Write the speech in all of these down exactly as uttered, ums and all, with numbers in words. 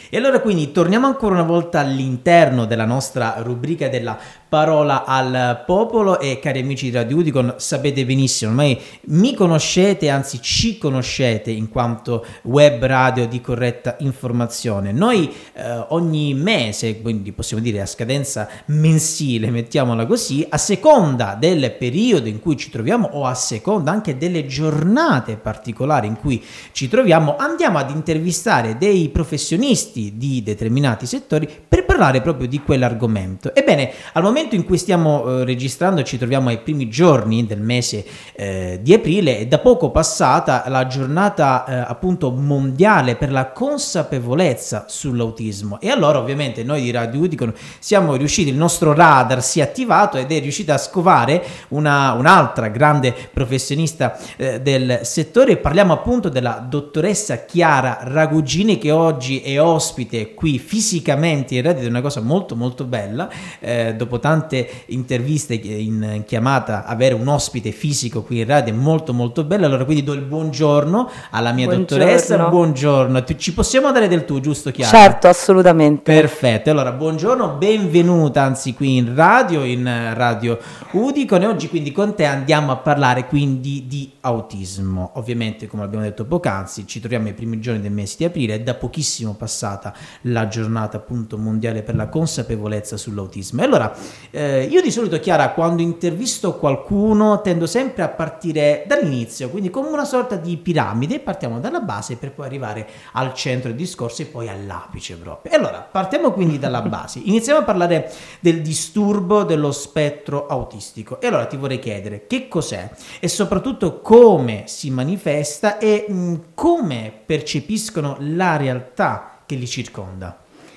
E allora quindi torniamo ancora una volta all'interno della nostra rubrica della parola al popolo e cari amici di Radio Udicon, sapete benissimo, ormai mi conoscete, anzi ci conoscete in quanto web radio di corretta informazione. Noi eh, ogni mese, quindi possiamo dire a scadenza mensile, mettiamola così, a seconda del periodo in cui ci troviamo o a seconda anche delle giornate particolari in cui ci troviamo, andiamo ad intervistare dei professionisti di determinati settori per parlare proprio di quell'argomento. Ebbene, al momento in cui stiamo eh, registrando ci troviamo ai primi giorni del mese eh, di aprile, è da poco passata la giornata eh, appunto mondiale per la consapevolezza sull'autismo, e allora ovviamente noi di Radio Udicon siamo riusciti, il nostro radar si è attivato ed è riuscita a scovare una, un'altra grande professionista eh, del settore. Parliamo appunto della dottoressa Chiara Ragugini, che oggi è ospite qui fisicamente in radio, è una cosa molto molto bella, eh, dopo tante interviste in chiamata avere un ospite fisico qui in radio è molto molto bello. Allora quindi do il buongiorno alla mia buongiorno. Dottoressa, buongiorno, ci possiamo dare del tu, giusto Chiara? Certo, assolutamente. Perfetto, allora buongiorno, benvenuta anzi qui in radio, in Radio Udicon, e oggi quindi con te andiamo a parlare quindi di autismo. Ovviamente, come abbiamo detto poc'anzi, ci troviamo ai primi giorni del mese di aprile, è da pochissimo passata la giornata appunto mondiale per la consapevolezza sull'autismo. E allora eh, io di solito, Chiara, quando intervisto qualcuno tendo sempre a partire dall'inizio, quindi come una sorta di piramide, partiamo dalla base per poi arrivare al centro del discorso e poi all'apice proprio. E allora partiamo quindi dalla base, iniziamo a parlare del disturbo dello spettro autistico. E allora ti vorrei chiedere che cos'è e soprattutto come si manifesta e mh, come percepiscono la realtà che li circonda.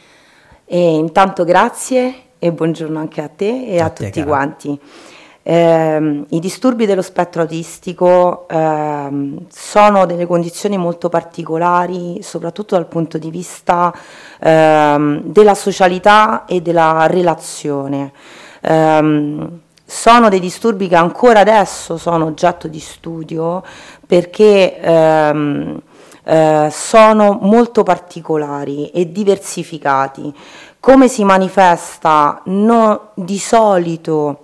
E intanto grazie e buongiorno anche a te e a, a te, tutti cara. quanti. Eh, I disturbi dello spettro autistico eh, sono delle condizioni molto particolari, soprattutto dal punto di vista eh, della socialità e della relazione. Eh, sono dei disturbi che ancora adesso sono oggetto di studio perché ehm, eh, sono molto particolari e diversificati. Come si manifesta? No, di solito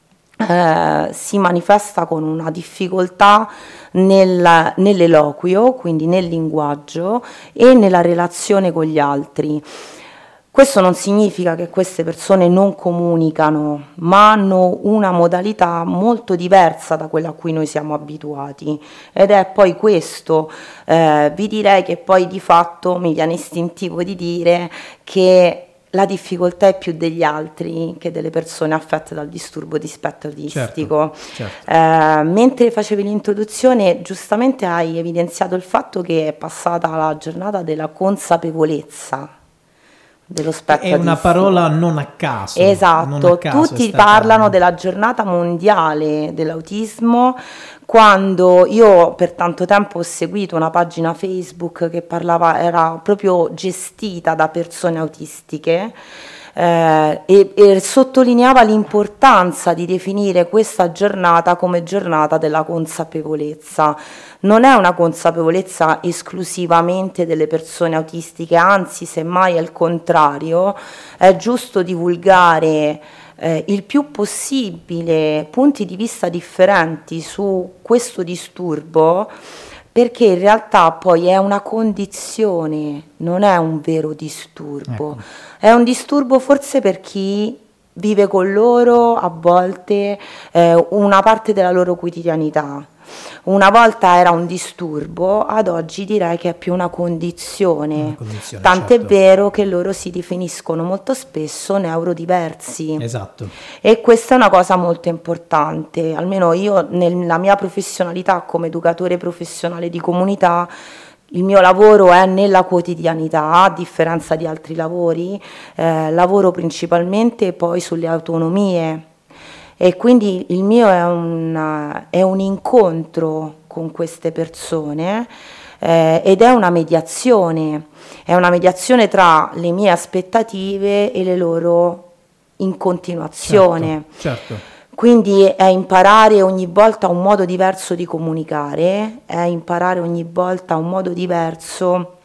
eh, si manifesta con una difficoltà nel, nell'eloquio, quindi nel linguaggio e nella relazione con gli altri. Questo non significa che queste persone non comunicano, ma hanno una modalità molto diversa da quella a cui noi siamo abituati, ed è poi questo, eh, vi direi che poi di fatto mi viene istintivo di dire che la difficoltà è più degli altri che delle persone affette dal disturbo di spettro autistico. Certo, certo. Eh, mentre facevi l'introduzione, giustamente hai evidenziato il fatto che è passata la giornata della consapevolezza dello spettro è una autistico. Parola non a caso. Esatto, non a caso tutti stata... parlano della giornata mondiale dell'autismo, quando io per tanto tempo ho seguito una pagina Facebook che parlava, era proprio gestita da persone autistiche, eh, e, e sottolineava l'importanza di definire questa giornata come giornata della consapevolezza. Non è una consapevolezza esclusivamente delle persone autistiche, anzi semmai è il contrario, è giusto divulgare eh, il più possibile punti di vista differenti su questo disturbo, perché in realtà poi è una condizione, non è un vero disturbo, ecco. È un disturbo forse per chi vive con loro a volte eh, una parte della loro quotidianità. Una volta era un disturbo, ad oggi direi che è più una condizione, una condizione tant'è certo. Vero che loro si definiscono molto spesso neurodiversi. Esatto. E questa è una cosa molto importante, almeno io nella mia professionalità come educatore professionale di comunità, il mio lavoro è nella quotidianità, a differenza di altri lavori, eh, lavoro principalmente poi sulle autonomie. E quindi il mio è un, è un incontro con queste persone eh, ed è una mediazione, è una mediazione tra le mie aspettative e le loro in continuazione. Certo, certo. Quindi è imparare ogni volta un modo diverso di comunicare, è imparare ogni volta un modo diverso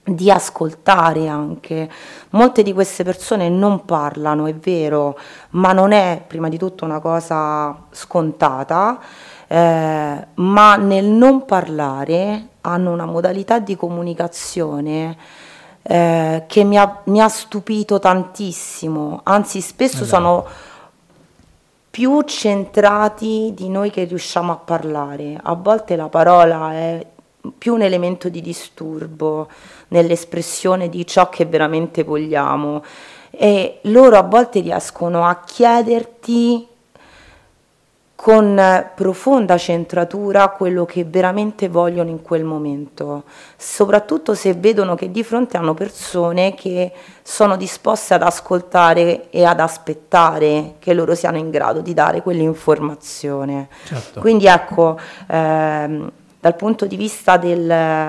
di ascoltare anche. Molte di queste persone non parlano, è vero, ma non è prima di tutto una cosa scontata, eh, ma nel non parlare hanno una modalità di comunicazione eh, che mi ha, mi ha stupito tantissimo, anzi spesso Allora. sono più centrati di noi che riusciamo a parlare. A volte la parola è più un elemento di disturbo nell'espressione di ciò che veramente vogliamo, e loro a volte riescono a chiederti con profonda centratura quello che veramente vogliono in quel momento, soprattutto se vedono che di fronte hanno persone che sono disposte ad ascoltare e ad aspettare che loro siano in grado di dare quell'informazione. Certo. Quindi ecco, ehm, dal punto di vista del,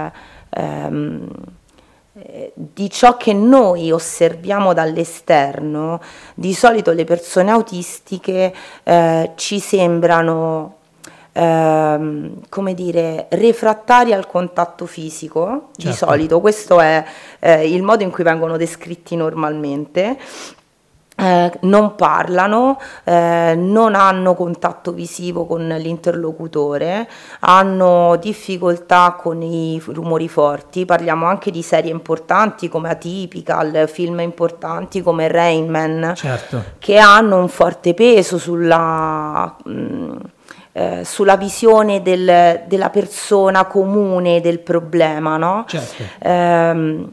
ehm, eh, di ciò che noi osserviamo dall'esterno, di solito le persone autistiche eh, ci sembrano, ehm, come dire, refrattari al contatto fisico, Certo. di solito, questo è eh, il modo in cui vengono descritti normalmente. Eh, non parlano, eh, non hanno contatto visivo con l'interlocutore, hanno difficoltà con i rumori forti. Parliamo anche di serie importanti come Atypical, film importanti come Rain Man, Certo. che hanno un forte peso sulla, mh, eh, sulla visione del, della persona comune del problema, no? Certo. Ehm,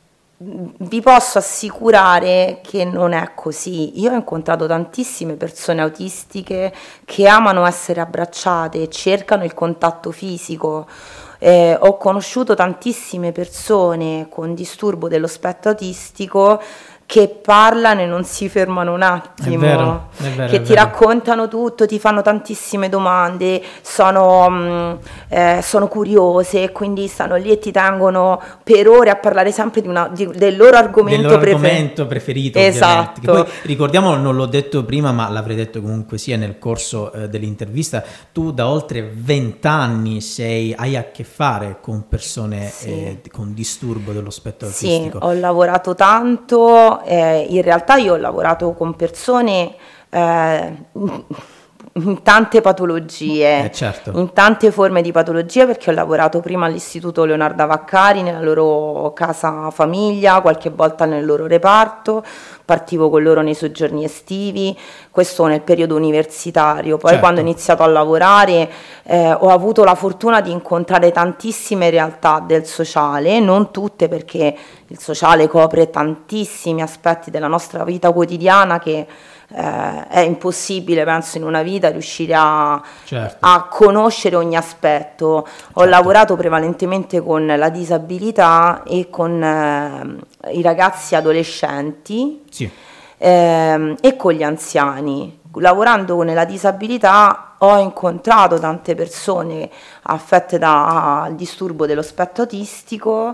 Vi posso assicurare che non è così. Io ho incontrato tantissime persone autistiche che amano essere abbracciate, cercano il contatto fisico. Eh, ho conosciuto tantissime persone con disturbo dello spettro autistico che parlano e non si fermano un attimo, È vero, è vero, che è ti vero. raccontano tutto, ti fanno tantissime domande, sono, mh, eh, sono curiose, quindi stanno lì e ti tengono per ore a parlare sempre di una, di, del loro argomento, del loro prefer- argomento preferito, Esatto. ovviamente. Che poi ricordiamo, non l'ho detto prima, ma l'avrei detto comunque sia nel corso eh, dell'intervista, tu da oltre vent'anni sei, hai a che fare con persone Sì. eh, con disturbo dello spettro Sì, autistico. ho lavorato tanto, eh, in realtà io ho lavorato con persone eh, in tante patologie, Eh, certo. in tante forme di patologia, perché ho lavorato prima all'Istituto Leonardo Vaccari, nella loro casa famiglia, qualche volta nel loro reparto, partivo con loro nei soggiorni estivi, questo nel periodo universitario. Poi Certo. quando ho iniziato a lavorare eh, ho avuto la fortuna di incontrare tantissime realtà del sociale, non tutte, perché il sociale copre tantissimi aspetti della nostra vita quotidiana che eh, è impossibile, penso, in una vita riuscire a, Certo. a conoscere ogni aspetto. Ho Certo. lavorato prevalentemente con la disabilità e con eh, i ragazzi adolescenti, Sì. ehm, e con gli anziani. Lavorando con la disabilità ho incontrato tante persone affette dal disturbo dello spettro autistico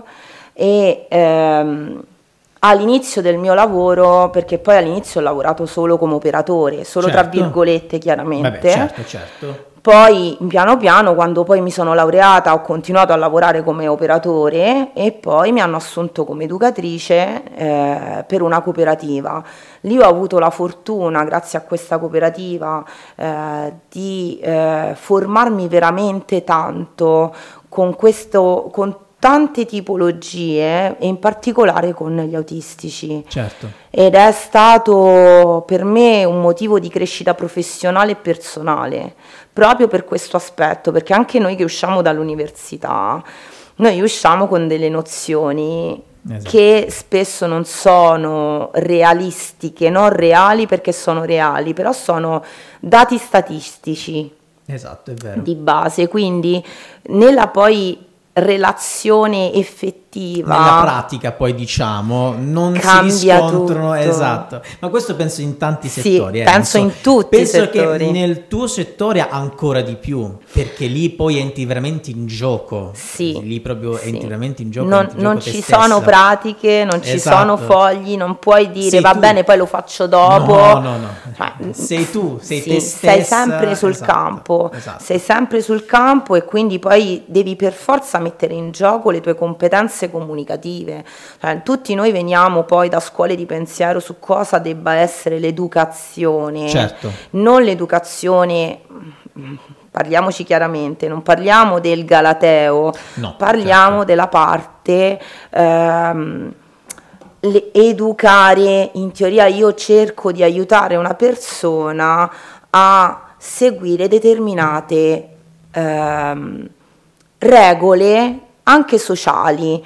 e ehm, all'inizio del mio lavoro, perché poi all'inizio ho lavorato solo come operatore, solo tra Certo. virgolette chiaramente. Vabbè, certo, certo. Poi piano piano, quando poi mi sono laureata, ho continuato a lavorare come operatore e poi mi hanno assunto come educatrice eh, per una cooperativa. Lì ho avuto la fortuna, grazie a questa cooperativa, eh, di eh, formarmi veramente tanto con questo, con tante tipologie e in particolare con gli autistici. Certo. Ed è stato per me un motivo di crescita professionale e personale, proprio per questo aspetto, perché anche noi che usciamo dall'università, noi usciamo con delle nozioni Esatto. che spesso non sono realistiche, non reali perché sono reali, però sono dati statistici Esatto, è vero. di base, quindi nella poi relazione effettiva Nella pratica poi diciamo non si cambia riscontrano, tutto. Esatto, ma questo penso in tanti Sì, settori, eh, penso non so. in tutti i penso settori. che nel tuo settore ancora di più, perché lì poi entri veramente in gioco. Sì, lì proprio sì. entri veramente in gioco, non, entri in non gioco te ci stessa. sono pratiche, non ci Esatto. sono fogli, non puoi dire Sei va tu. bene poi lo faccio dopo. No, no, no. Cioè, Sei tu, sei sì, te sei stessa. sempre sul Esatto, campo, esatto. sei sempre sul campo e quindi poi devi per forza mettere in gioco le tue competenze competenze comunicative. Cioè, tutti noi veniamo poi da scuole di pensiero su cosa debba essere l'educazione, certo. non l'educazione, parliamoci chiaramente, non parliamo del galateo, no, parliamo certo. della parte ehm, educare. In teoria io cerco di aiutare una persona a seguire determinate ehm, regole anche sociali.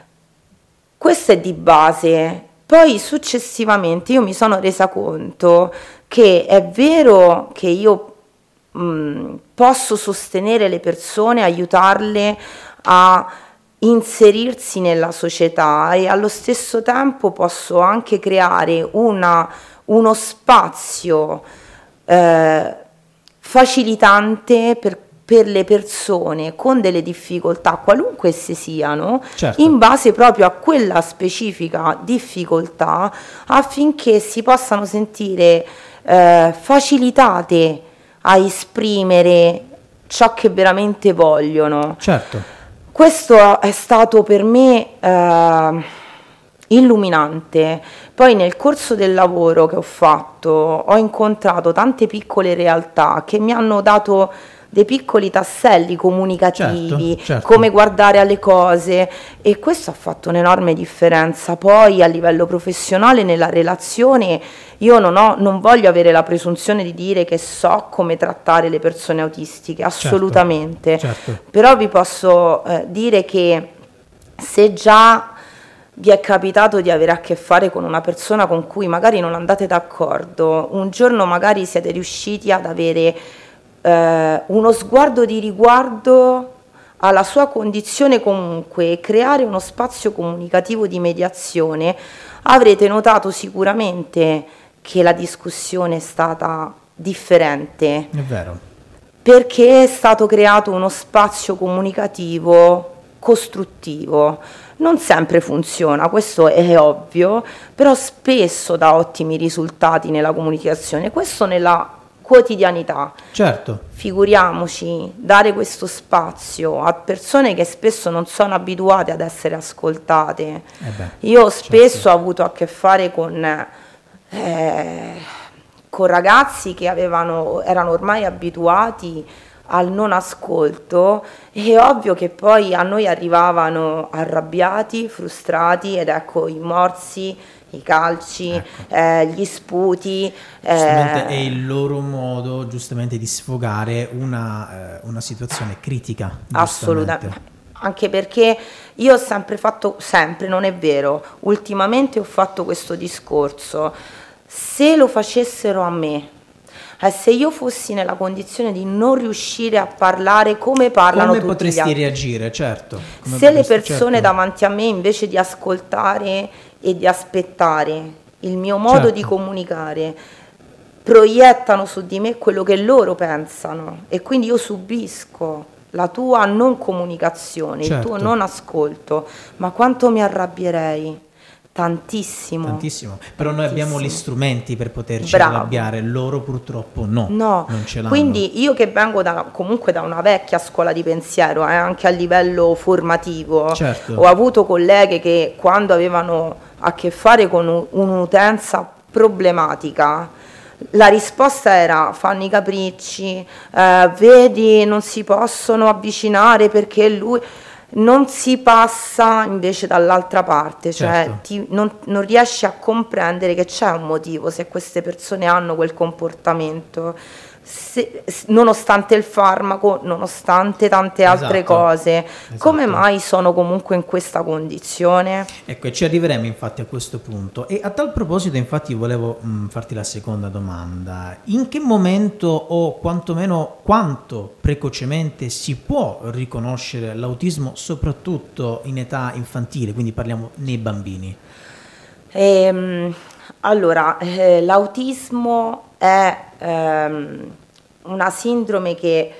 Questo è di base. Poi successivamente io mi sono resa conto che è vero che io mh, posso sostenere le persone, aiutarle a inserirsi nella società, e allo stesso tempo posso anche creare una, uno spazio eh, facilitante per, per le persone con delle difficoltà, qualunque esse siano, certo. in base proprio a quella specifica difficoltà, affinché si possano sentire eh, facilitate a esprimere ciò che veramente vogliono. Certo. Questo è stato per me eh, illuminante. Poi nel corso del lavoro che ho fatto ho incontrato tante piccole realtà che mi hanno dato dei piccoli tasselli comunicativi, certo, certo. come guardare alle cose, e questo ha fatto un'enorme differenza. Poi a livello professionale, nella relazione, io non, ho, non voglio avere la presunzione di dire che so come trattare le persone autistiche, assolutamente, certo, certo. Però vi posso eh, dire che se già vi è capitato di avere a che fare con una persona con cui magari non andate d'accordo, un giorno magari siete riusciti ad avere eh, uno sguardo di riguardo alla sua condizione comunque, e creare uno spazio comunicativo di mediazione, avrete notato sicuramente che la discussione è stata differente. È vero. Perché è stato creato uno spazio comunicativo costruttivo. Non sempre funziona, questo è ovvio, però spesso dà ottimi risultati nella comunicazione, questo nella quotidianità. Certo. Figuriamoci, dare questo spazio a persone che spesso non sono abituate ad essere ascoltate. Eh beh, Io spesso certo. ho avuto a che fare con eh, con ragazzi che avevano, erano ormai abituati al non ascolto, e è ovvio che poi a noi arrivavano arrabbiati, frustrati, ed ecco i morsi, i calci, ecco. eh, gli sputi. Giustamente eh, è il loro modo giustamente di sfogare una, eh, una situazione critica. Assolutamente. Anche perché io ho sempre fatto, sempre, non è vero, ultimamente ho fatto questo discorso: se lo facessero a me, eh, se io fossi nella condizione di non riuscire a parlare come parlano come tutti potresti gli altri, reagire, certo. Come se le potresti, persone certo. davanti a me, invece di ascoltare e di aspettare il mio modo certo. di comunicare, proiettano su di me quello che loro pensano, e quindi io subisco la tua non comunicazione, certo. il tuo non ascolto, ma quanto mi arrabbierei. Tantissimo. Tantissimo. Però noi abbiamo gli strumenti per poterci Bravo. arrabbiare, loro purtroppo no. No. Non ce l'hanno. Quindi io che vengo da, comunque da una vecchia scuola di pensiero, eh, anche a livello formativo, certo. ho avuto colleghe che quando avevano a che fare con un'utenza problematica, la risposta era: fanno i capricci, eh, vedi, non si possono avvicinare perché lui... Non si passa invece dall'altra parte, cioè certo. ti, non, non riesci a comprendere che c'è un motivo se queste persone hanno quel comportamento, se, nonostante il farmaco, nonostante tante altre esatto. cose. Esatto. Come mai sono comunque in questa condizione? Ecco, e ci arriveremo infatti a questo punto. E a tal proposito infatti volevo mh, farti la seconda domanda: in che momento, o quantomeno quanto precocemente, si può riconoscere l'autismo, soprattutto in età infantile, quindi parliamo nei bambini? Ehm, allora, eh, l'autismo è ehm, una sindrome che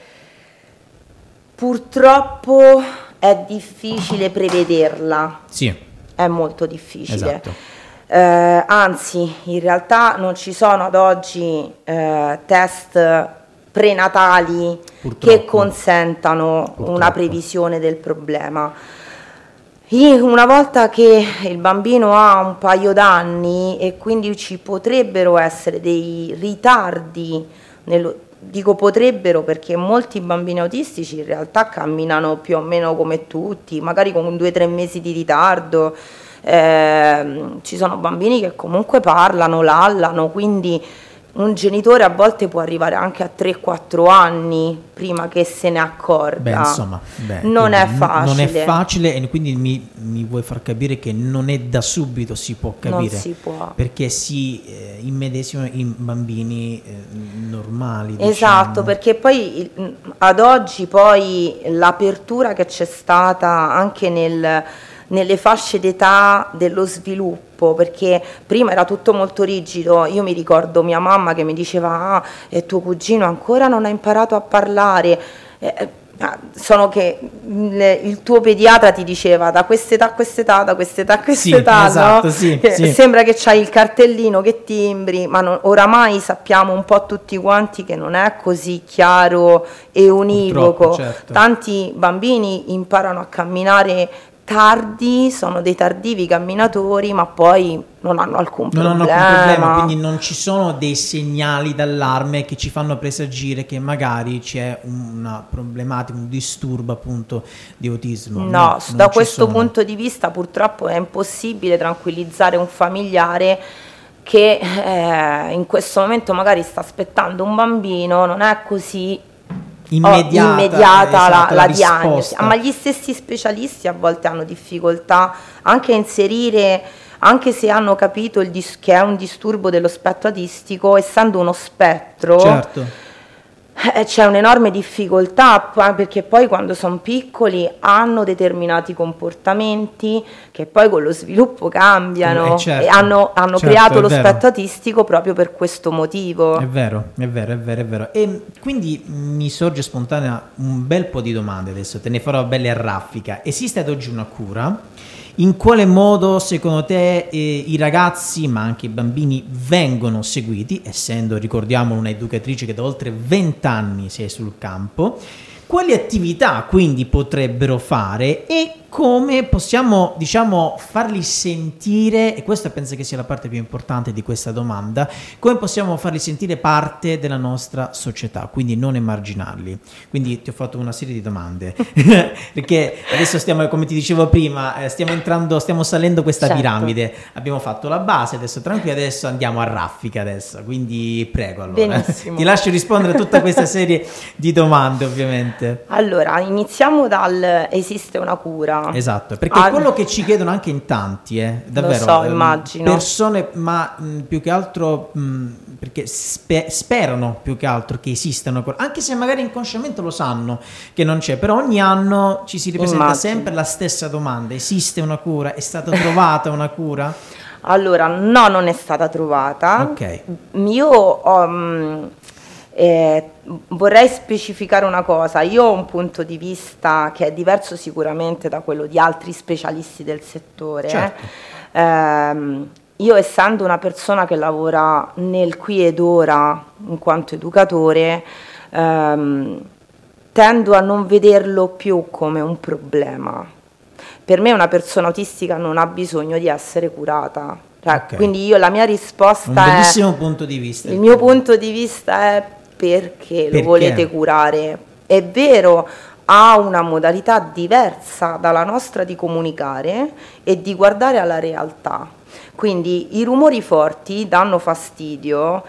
purtroppo è difficile prevederla. Sì. È molto difficile. Esatto. Eh, anzi, in realtà non ci sono ad oggi eh, test prenatali purtroppo che consentano purtroppo una previsione del problema. Una volta che il bambino ha un paio d'anni e quindi ci potrebbero essere dei ritardi, nello, dico potrebbero perché molti bambini autistici in realtà camminano più o meno come tutti, magari con due o tre mesi di ritardo, eh, ci sono bambini che comunque parlano, lallano, quindi un genitore a volte può arrivare anche a tre quattro anni prima che se ne accorga. Beh, insomma, beh, non è facile. Non è facile e quindi mi, mi vuoi far capire che non è da subito si può capire. Non si può. Perché si eh, immedesima in bambini eh, normali. Esatto, diciamo. Perché poi ad oggi poi l'apertura che c'è stata anche nel... nelle fasce d'età dello sviluppo, perché prima era tutto molto rigido. Io mi ricordo mia mamma che mi diceva ah, e tuo cugino ancora non ha imparato a parlare, eh, sono che il tuo pediatra ti diceva da quest'età a quest'età, da quest'età a quest'età, sì, esatto, no? sì, eh, sì. Sembra che c'hai il cartellino che timbri, ma non, oramai sappiamo un po' tutti quanti che non è così chiaro e univoco. Certo. Tanti bambini imparano a camminare tardi, sono dei tardivi camminatori, ma poi non hanno alcun non problema. hanno alcun problema, quindi non ci sono dei segnali d'allarme che ci fanno presagire che magari c'è una problematica, un disturbo appunto di autismo. No, no da questo sono. punto di vista purtroppo è impossibile tranquillizzare un familiare che eh, in questo momento magari sta aspettando un bambino, non è così immediata, oh, immediata esatto, la, la, la diagnosi, ma gli stessi specialisti a volte hanno difficoltà anche a inserire, anche se hanno capito il dis- che è un disturbo dello spettro autistico, essendo uno spettro, certo. eh, c'è un'enorme difficoltà, perché poi quando sono piccoli hanno determinati comportamenti che poi con lo sviluppo cambiano, eh, certo, e hanno, hanno certo, creato lo vero. spettro autistico proprio per questo motivo. È vero, è vero, è vero, è vero. E quindi mi sorge spontanea un bel po' di domande adesso, te ne farò belle a raffica. Esiste ad oggi una cura? In quale modo secondo te eh, i ragazzi, ma anche i bambini, vengono seguiti, essendo, ricordiamo, un'educatrice che da oltre vent'anni si è sul campo? Quali attività quindi potrebbero fare e come possiamo, diciamo, farli sentire, e questa penso che sia la parte più importante di questa domanda, come possiamo farli sentire parte della nostra società, quindi non emarginarli. Quindi ti ho fatto una serie di domande, perché adesso stiamo, come ti dicevo prima, stiamo entrando, stiamo salendo questa certo. piramide, abbiamo fatto la base, adesso tranquillo, adesso andiamo a raffica adesso, quindi prego allora. Benissimo. Ti lascio rispondere a tutta questa serie di domande ovviamente. Allora, iniziamo dal esiste una cura. Esatto, perché ah, quello che ci chiedono anche in tanti, eh, davvero, lo so, ehm, immagino. persone, ma mh, più che altro mh, perché spe- sperano più che altro che esista una cura, anche se magari inconsciamente lo sanno che non c'è, però ogni anno ci si ripresenta immagino. sempre la stessa domanda: esiste una cura? È stata trovata una cura? Allora, no, non è stata trovata. Ok. Io ho... Um, Eh, vorrei specificare una cosa, io ho un punto di vista che è diverso sicuramente da quello di altri specialisti del settore. Certo. Eh, io essendo una persona che lavora nel qui ed ora in quanto educatore, ehm, tendo a non vederlo più come un problema. Per me una persona autistica non ha bisogno di essere curata. Cioè, Okay. Quindi io la mia risposta Un è... bellissimo punto di vista. Il mio punto di vista è perché, Perché? lo volete curare. È vero, ha una modalità diversa dalla nostra di comunicare e di guardare alla realtà. Quindi i rumori forti danno fastidio.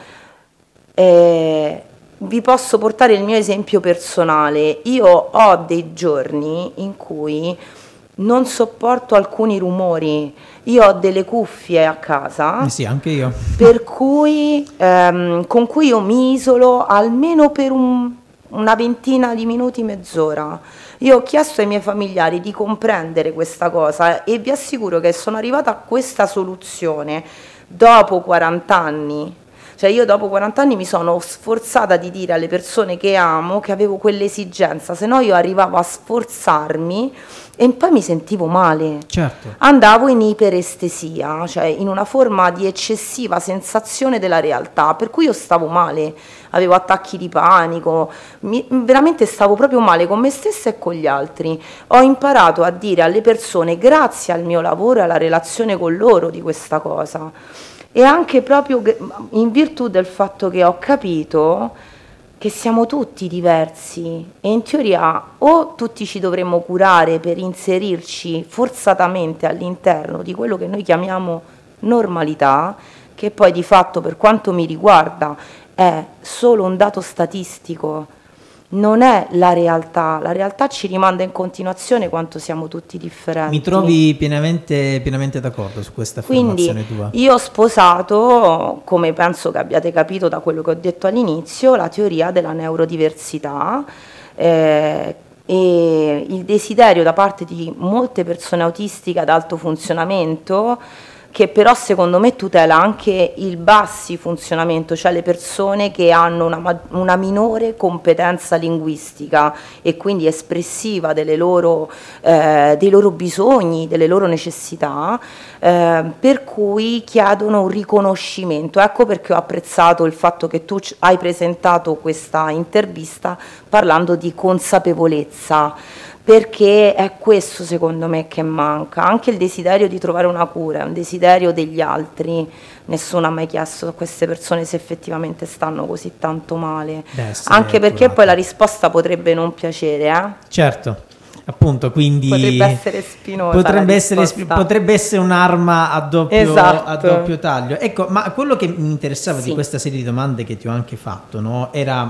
Eh, vi posso portare il mio esempio personale. Io ho dei giorni in cui non sopporto alcuni rumori. Io ho delle cuffie a casa, Eh sì, anche io. per cui, ehm, con cui io mi isolo almeno per un, una ventina di minuti, mezz'ora. Io ho chiesto ai miei familiari di comprendere questa cosa e vi assicuro che sono arrivata a questa soluzione dopo quaranta anni. Cioè io dopo quaranta anni mi sono sforzata di dire alle persone che amo che avevo quell'esigenza, se no io arrivavo a sforzarmi e poi mi sentivo male. Certo. Andavo in iperestesia, cioè in una forma di eccessiva sensazione della realtà, per cui io stavo male, avevo attacchi di panico, mi, veramente stavo proprio male con me stessa e con gli altri. Ho imparato a dire alle persone, grazie al mio lavoro e alla relazione con loro, di questa cosa, e anche proprio in virtù del fatto che ho capito che siamo tutti diversi e in teoria o tutti ci dovremmo curare per inserirci forzatamente all'interno di quello che noi chiamiamo normalità, che poi di fatto, per quanto mi riguarda, è solo un dato statistico, non è la realtà. La realtà ci rimanda in continuazione quanto siamo tutti differenti. Mi trovi pienamente, pienamente d'accordo su questa affermazione tua. Quindi io ho sposato, come penso che abbiate capito da quello che ho detto all'inizio, la teoria della neurodiversità, eh, e il desiderio da parte di molte persone autistiche ad alto funzionamento, che però secondo me tutela anche il bassi funzionamento, cioè le persone che hanno una, una minore competenza linguistica e quindi espressiva delle loro, eh, dei loro bisogni, delle loro necessità, eh, per cui chiedono un riconoscimento. Ecco perché ho apprezzato il fatto che tu hai presentato questa intervista parlando di consapevolezza, perché è questo secondo me che manca, anche il desiderio di trovare una cura, un desiderio degli altri. Nessuno ha mai chiesto a queste persone se effettivamente stanno così tanto male, anche perché curate. Poi la risposta potrebbe non piacere, eh? Certo. Appunto, quindi potrebbe essere spinosa, potrebbe essere, potrebbe essere un'arma a doppio, esatto. a doppio taglio. Ecco, ma quello che mi interessava sì. di questa serie di domande che ti ho anche fatto, no, era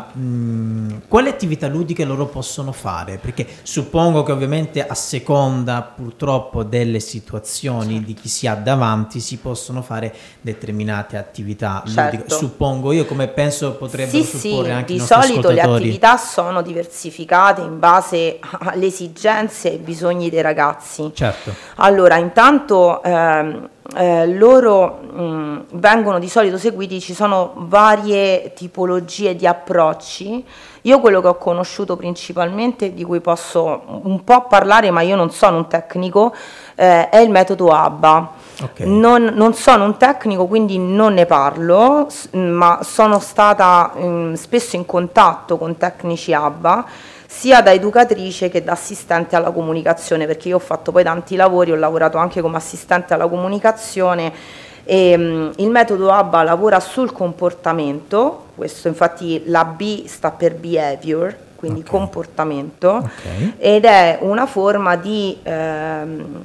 mh, quali attività ludiche loro possono fare? Perché suppongo che ovviamente a seconda purtroppo delle situazioni certo. di chi si ha davanti si possono fare determinate attività certo. ludiche. Suppongo io, come penso potrebbero sì, supporre sì, anche i i nostri solito ascoltatori. Le attività sono diversificate in base alle esigenze e bisogni dei ragazzi. Certo. Allora, intanto ehm, eh, loro mh, vengono di solito seguiti, ci sono varie tipologie di approcci. Io quello che ho conosciuto principalmente, di cui posso un po' parlare, ma io non sono un tecnico, eh, è il metodo ABBA. Okay. Non, non sono un tecnico, quindi non ne parlo, ma sono stata mh, spesso in contatto con tecnici ABBA, sia da educatrice che da assistente alla comunicazione, perché io ho fatto poi tanti lavori, ho lavorato anche come assistente alla comunicazione e um, il metodo ABBA lavora sul comportamento, questo infatti la B sta per behavior, quindi okay. comportamento, okay. ed è una forma di ehm,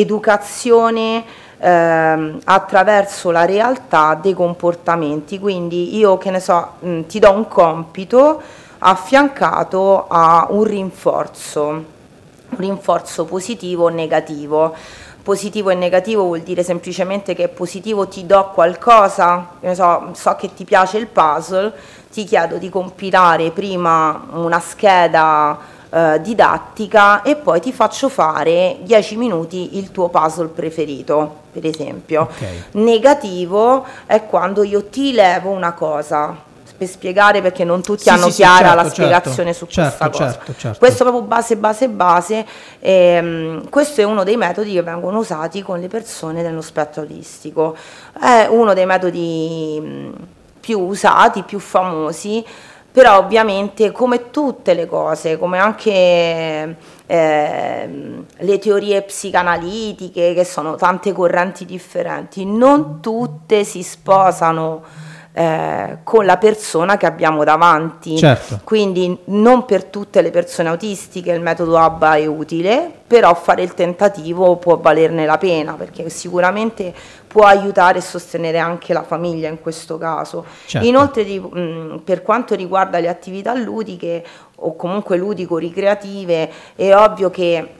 educazione ehm, attraverso la realtà dei comportamenti. Quindi io, che ne so, mh, ti do un compito affiancato a un rinforzo, un rinforzo positivo o negativo. Positivo e negativo vuol dire semplicemente che positivo ti do qualcosa, ne so, so che ti piace il puzzle, ti chiedo di compilare prima una scheda eh, didattica e poi ti faccio fare dieci minuti il tuo puzzle preferito, per esempio. Okay. Negativo è quando io ti levo una cosa, per spiegare, perché non tutti sì, hanno sì, chiara sì, certo, la spiegazione certo, su certo, questa cosa. Certo, certo. Questo è proprio base, base, base. Ehm, questo è uno dei metodi che vengono usati con le persone dello spettro autistico. È uno dei metodi mh, più usati, più famosi, però ovviamente, come tutte le cose, come anche eh, le teorie psicanalitiche, che sono tante correnti differenti, non tutte si sposano Eh, con la persona che abbiamo davanti. Certo. Quindi non per tutte le persone autistiche il metodo ABBA è utile, però fare il tentativo può valerne la pena, perché sicuramente può aiutare e sostenere anche la famiglia in questo caso. Certo. Inoltre di, mh, per quanto riguarda le attività ludiche o comunque ludico-ricreative, è ovvio che,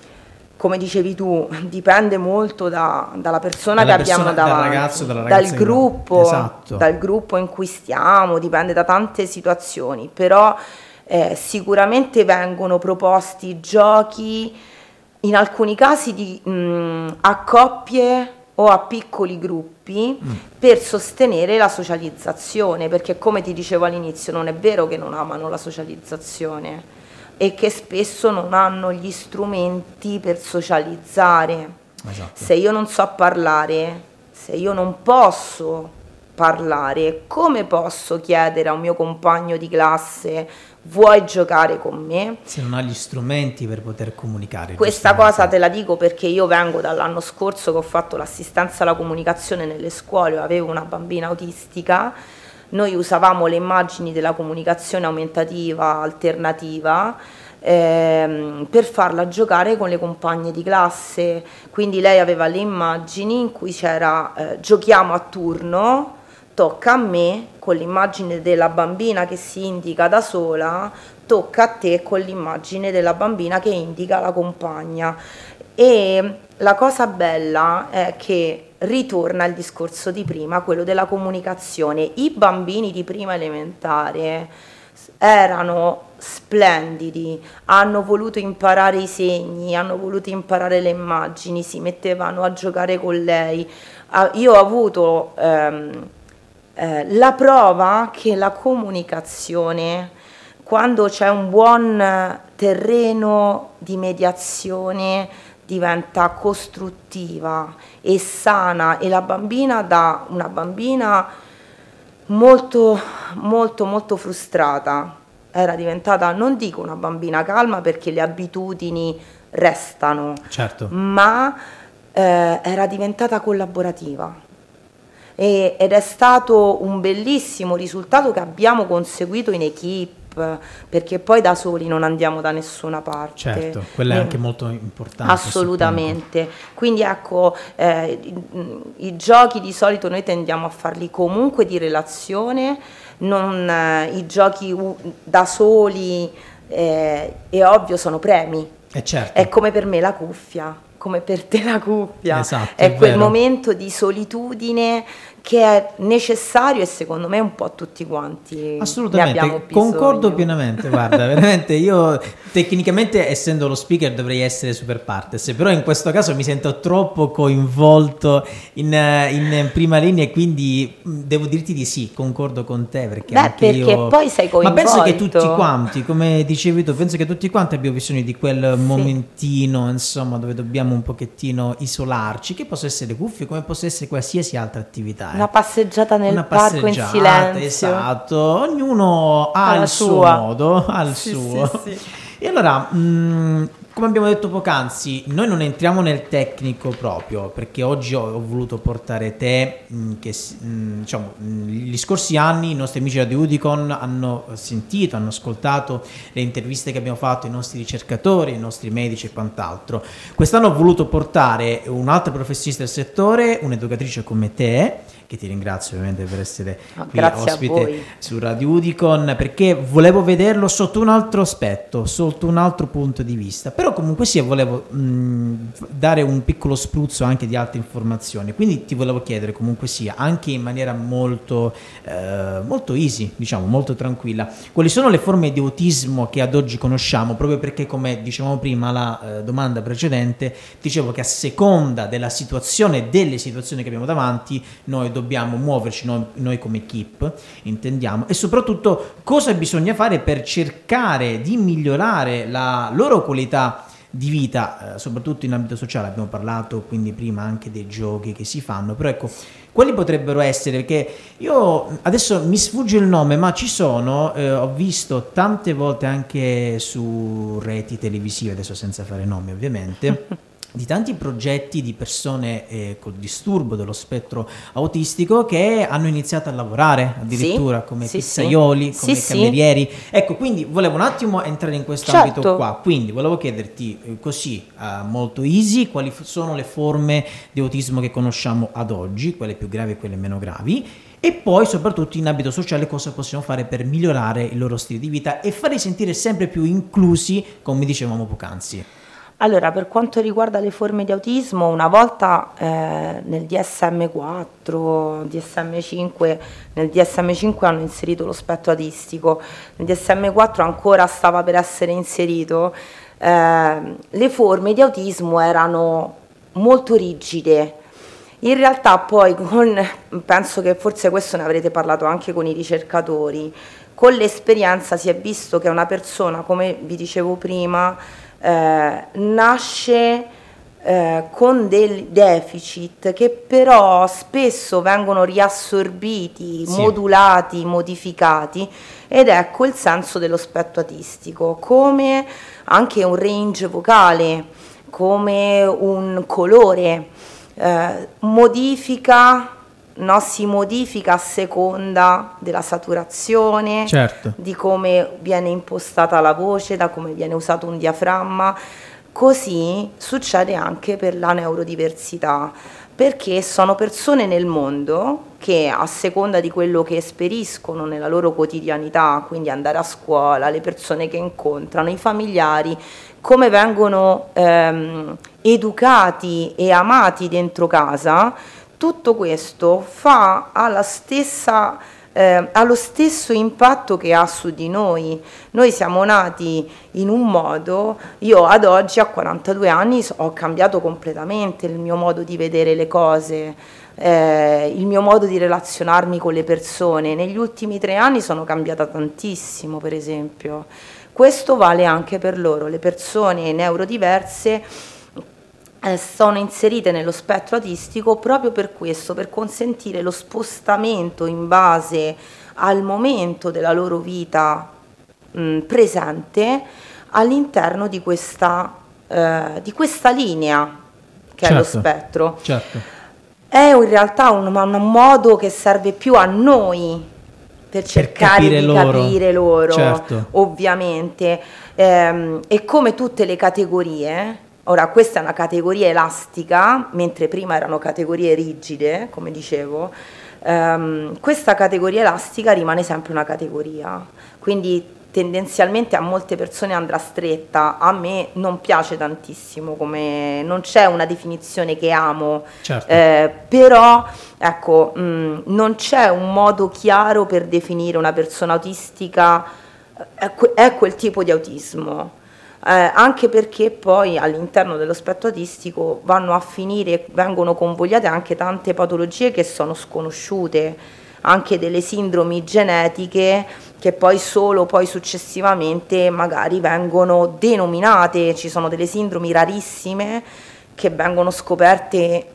come dicevi tu, dipende molto da, dalla persona dalla che persona, abbiamo davanti, dal ragazzo, dalla dal gruppo, esatto. dal gruppo in cui stiamo, dipende da tante situazioni, però eh, sicuramente vengono proposti giochi, in alcuni casi di, mh, a coppie o a piccoli gruppi mm. per sostenere la socializzazione, perché come ti dicevo all'inizio non è vero che non amano la socializzazione e che spesso non hanno gli strumenti per socializzare. Esatto. Se io non so parlare, se io non posso parlare, come posso chiedere a un mio compagno di classe vuoi giocare con me? Se non ha gli strumenti per poter comunicare. Questa cosa te la dico perché io vengo dall'anno scorso che ho fatto l'assistenza alla comunicazione nelle scuole, avevo una bambina autistica, noi usavamo le immagini della comunicazione aumentativa alternativa ehm, per farla giocare con le compagne di classe, quindi lei aveva le immagini in cui c'era eh, giochiamo a turno, tocca a me con l'immagine della bambina che si indica da sola, tocca a te con l'immagine della bambina che indica la compagna. E la cosa bella è che ritorna il discorso di prima, quello della comunicazione. I bambini di prima elementare erano splendidi, hanno voluto imparare i segni, hanno voluto imparare le immagini, si mettevano a giocare con lei. Io ho avuto ehm, Eh, la prova che la comunicazione, quando c'è un buon terreno di mediazione, diventa costruttiva e sana, e la bambina, da una bambina molto molto molto frustrata, era diventata, non dico una bambina calma perché le abitudini restano, certo, ma eh, era diventata collaborativa. E, ed è stato un bellissimo risultato che abbiamo conseguito in equipe, perché poi da soli non andiamo da nessuna parte. Certo, quello è anche molto importante. Assolutamente. Suppongo. Quindi ecco, eh, i, i giochi di solito noi tendiamo a farli comunque di relazione, non eh, i giochi u, da soli, eh, è ovvio, sono premi. Eh certo. È come per me la cuffia, come per te la cuffia, esatto, è, è quel vero. momento di solitudine che è necessario e secondo me un po' tutti quanti assolutamente, ne abbiamo bisogno. Concordo pienamente, guarda, veramente io tecnicamente essendo lo speaker dovrei essere super partes, però in questo caso mi sento troppo coinvolto in, in prima linea e quindi devo dirti di sì, concordo con te perché Beh, anche perché io poi sei coinvolto. Ma penso che tutti quanti, come dicevi tu, penso che tutti quanti abbiamo bisogno di quel sì. momentino, insomma, dove dobbiamo un pochettino isolarci, che possa essere cuffie come possa essere qualsiasi altra attività. Una passeggiata nel Una parco passeggiata, in silenzio. Esatto, ognuno ha Alla il sua. suo modo, ha il sì, suo. Sì, sì. E allora, mh, come abbiamo detto poc'anzi, noi non entriamo nel tecnico proprio, perché oggi ho, ho voluto portare te, mh, che mh, diciamo, mh, gli scorsi anni i nostri amici Radio Udicon hanno sentito, hanno ascoltato le interviste che abbiamo fatto ai nostri ricercatori, ai nostri medici e quant'altro. Quest'anno ho voluto portare un altro professionista del settore, un'educatrice come te, che ti ringrazio ovviamente per essere no, qui ospite su Radio Udicon, perché volevo vederlo sotto un altro aspetto, sotto un altro punto di vista, però comunque sia volevo mh, dare un piccolo spruzzo anche di altre informazioni, quindi ti volevo chiedere comunque sia, anche in maniera molto, eh, molto easy, diciamo, molto tranquilla, quali sono le forme di autismo che ad oggi conosciamo, proprio perché come dicevamo prima la eh, domanda precedente, dicevo che a seconda della situazione, delle situazioni che abbiamo davanti, noi dobbiamo muoverci noi, noi come equipe, intendiamo, e soprattutto cosa bisogna fare per cercare di migliorare la loro qualità di vita, eh, soprattutto in ambito sociale. Abbiamo parlato quindi prima anche dei giochi che si fanno, però ecco, quali potrebbero essere? Perché io adesso mi sfugge il nome, ma ci sono, eh, ho visto tante volte anche su reti televisive, adesso senza fare nomi ovviamente, di tanti progetti di persone eh, col disturbo dello spettro autistico che hanno iniziato a lavorare addirittura sì, come sì, pizzaioli, sì. come sì, camerieri. Sì. Ecco, quindi volevo un attimo entrare in questo certo. ambito qua. Quindi volevo chiederti eh, così, uh, molto easy, quali f- sono le forme di autismo che conosciamo ad oggi, quelle più gravi e quelle meno gravi. E poi soprattutto in ambito sociale cosa possiamo fare per migliorare il loro stile di vita e farli sentire sempre più inclusi, come dicevamo poc'anzi. Allora, per quanto riguarda le forme di autismo, una volta eh, nel D S M quattro, D S M cinque, nel D S M cinque hanno inserito lo spettro autistico, nel D S M quattro ancora stava per essere inserito, eh, le forme di autismo erano molto rigide. In realtà poi con, penso che forse questo ne avrete parlato anche con i ricercatori, con l'esperienza si è visto che una persona, come vi dicevo prima, eh, nasce eh, con dei deficit che però spesso vengono riassorbiti, sì. modulati, modificati, ed ecco il senso dello spettro autistico, come anche un range vocale, come un colore, eh, modifica... No, si modifica a seconda della saturazione, certo. di come viene impostata la voce, da come viene usato un diaframma. Così succede anche per la neurodiversità, perché sono persone nel mondo che a seconda di quello che esperiscono nella loro quotidianità, quindi andare a scuola, le persone che incontrano, i familiari, come vengono ehm, educati e amati dentro casa, tutto questo fa alla stessa, eh, ha lo stesso impatto che ha su di noi. Noi siamo nati in un modo, io ad oggi a quarantadue anni ho cambiato completamente il mio modo di vedere le cose, eh, il mio modo di relazionarmi con le persone. Negli ultimi tre anni sono cambiata tantissimo, per esempio. Questo vale anche per loro, le persone neurodiverse sono inserite nello spettro autistico proprio per questo, per consentire lo spostamento in base al momento della loro vita mh, presente all'interno di questa, eh, di questa linea che certo, è lo spettro. Certo. È in realtà un, un modo che serve più a noi per cercare per di loro. capire loro, certo. ovviamente, ehm, e come tutte le categorie. Ora, questa è una categoria elastica, mentre prima erano categorie rigide, come dicevo. Um, questa categoria elastica rimane sempre una categoria, quindi tendenzialmente a molte persone andrà stretta. A me non piace tantissimo, come non c'è una definizione che amo, certo. eh, però ecco, mh, non c'è un modo chiaro per definire una persona autistica, è, que- è quel tipo di autismo. Eh, anche perché poi all'interno dello spettro autistico vanno a finire, vengono convogliate anche tante patologie che sono sconosciute, anche delle sindromi genetiche che poi solo poi successivamente magari vengono denominate. Ci sono delle sindromi rarissime che vengono scoperte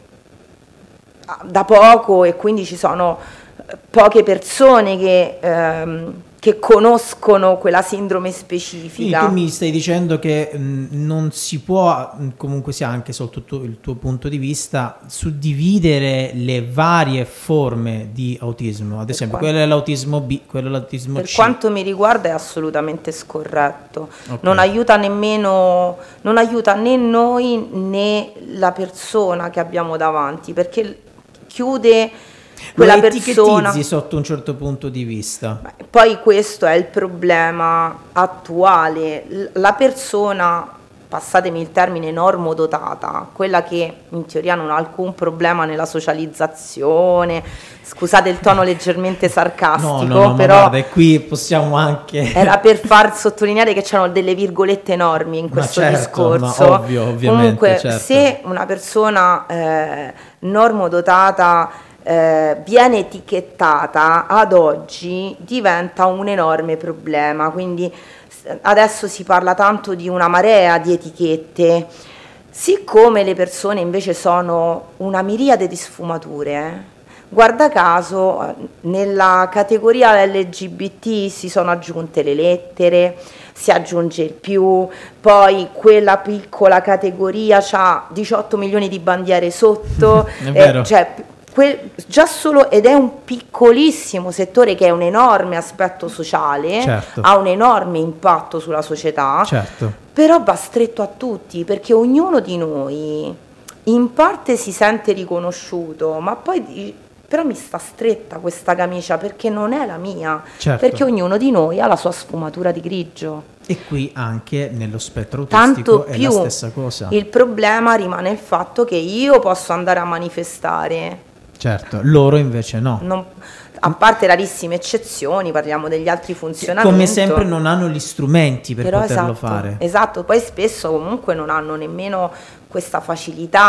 da poco e quindi ci sono poche persone che... Ehm, che conoscono quella sindrome specifica. Quindi tu mi stai dicendo che mh, non si può, mh, comunque sia anche sotto tu, il tuo punto di vista, suddividere le varie forme di autismo, ad per esempio quanto, quello è l'autismo B, quello è l'autismo per C. Per quanto mi riguarda è assolutamente scorretto, okay. non aiuta nemmeno, non aiuta né noi né la persona che abbiamo davanti, perché chiude... quella lo persona sotto un certo punto di vista. Poi questo è il problema attuale. La persona, passatemi il termine, normodotata, quella che in teoria non ha alcun problema nella socializzazione, scusate il tono leggermente sarcastico, no, no, no, però ma guarda, qui possiamo anche era per far sottolineare che c'erano delle virgolette enormi in questo certo, discorso. Ma ovvio, ovviamente, comunque certo. Se una persona eh, normodotata Eh, viene etichettata, ad oggi diventa un enorme problema, quindi adesso si parla tanto di una marea di etichette, siccome le persone invece sono una miriade di sfumature. Guarda caso nella categoria L G B T si sono aggiunte le lettere, si aggiunge il più, poi quella piccola categoria ha diciotto milioni di bandiere sotto, è vero. Eh, cioè quel, già solo, ed è un piccolissimo settore che è un enorme aspetto sociale, certo. ha un enorme impatto sulla società, certo. però va stretto a tutti, perché ognuno di noi in parte si sente riconosciuto, ma poi però mi sta stretta questa camicia perché non è la mia, certo. perché ognuno di noi ha la sua sfumatura di grigio. E qui anche nello spettro autistico è la stessa cosa. Il problema rimane il fatto che io posso andare a manifestare, certo, loro invece no. Non, a parte rarissime eccezioni, parliamo degli altri funzionamenti. Come sempre non hanno gli strumenti per però poterlo esatto, fare. Esatto, poi spesso comunque non hanno nemmeno questa facilità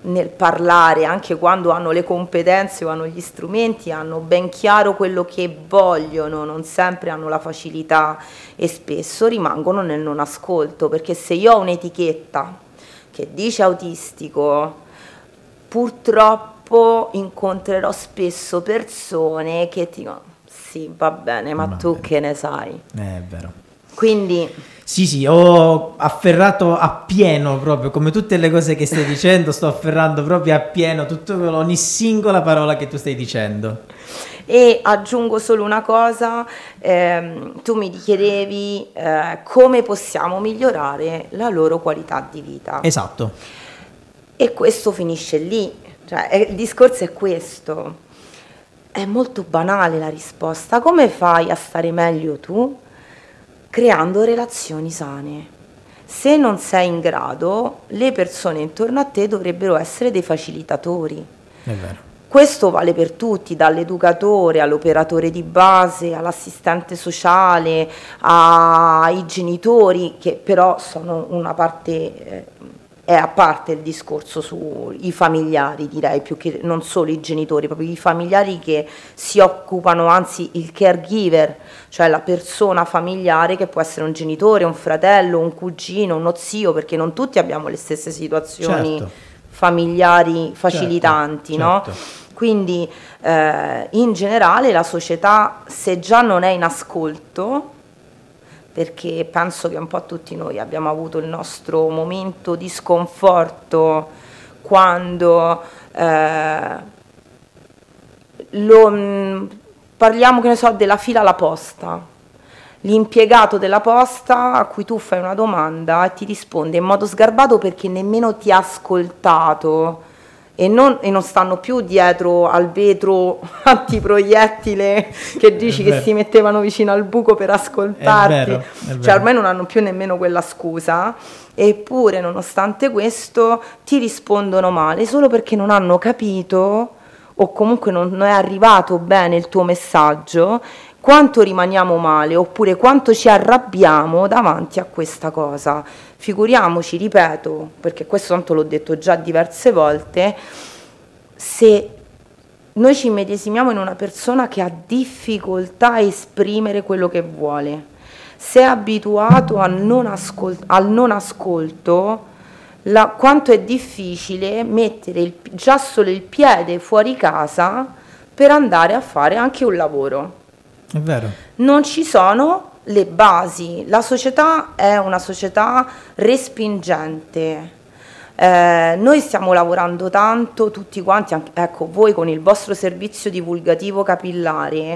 nel parlare, anche quando hanno le competenze o hanno gli strumenti, hanno ben chiaro quello che vogliono, non sempre hanno la facilità e spesso rimangono nel non ascolto, perché se io ho un'etichetta che dice autistico, purtroppo incontrerò spesso persone che ti dicono sì, va bene, ma va tu bene. Che ne sai? Eh, è vero. Quindi sì, sì, ho afferrato appieno proprio, come tutte le cose che stai dicendo, sto afferrando proprio appieno tutto, ogni singola parola che tu stai dicendo. E aggiungo solo una cosa, ehm, tu mi chiedevi eh, come possiamo migliorare la loro qualità di vita. Esatto. E questo finisce lì, cioè è, il discorso è questo. È molto banale la risposta, come fai a stare meglio tu? Creando relazioni sane. Se non sei in grado, le persone intorno a te dovrebbero essere dei facilitatori. È vero. Questo vale per tutti, dall'educatore all'operatore di base, all'assistente sociale, ai genitori, che però sono una parte, eh, è a parte il discorso sui familiari, direi, più che non solo i genitori, proprio i familiari che si occupano, anzi il caregiver, cioè la persona familiare che può essere un genitore, un fratello, un cugino, uno zio, perché non tutti abbiamo le stesse situazioni certo. familiari facilitanti, certo, no? Certo. Quindi eh, in generale la società, se già non è in ascolto, perché penso che un po' tutti noi abbiamo avuto il nostro momento di sconforto quando eh, lo, mh, parliamo, che ne so, della fila alla posta, l'impiegato della posta a cui tu fai una domanda e ti risponde in modo sgarbato perché nemmeno ti ha ascoltato. E non, e non stanno più dietro al vetro antiproiettile che dici che si mettevano vicino al buco per ascoltarti, è vero, è vero. Cioè ormai non hanno più nemmeno quella scusa, eppure nonostante questo ti rispondono male solo perché non hanno capito o comunque non, non è arrivato bene il tuo messaggio, quanto rimaniamo male oppure quanto ci arrabbiamo davanti a questa cosa. Figuriamoci, ripeto, perché questo tanto l'ho detto già diverse volte, se noi ci medesimiamo in una persona che ha difficoltà a esprimere quello che vuole, se è abituato a non ascol- al non ascolto, la, quanto è difficile mettere il, già solo il piede fuori casa per andare a fare anche un lavoro. È vero. Non ci sono le basi, la società è una società respingente, eh, noi stiamo lavorando tanto tutti quanti, anche, ecco, voi con il vostro servizio divulgativo capillare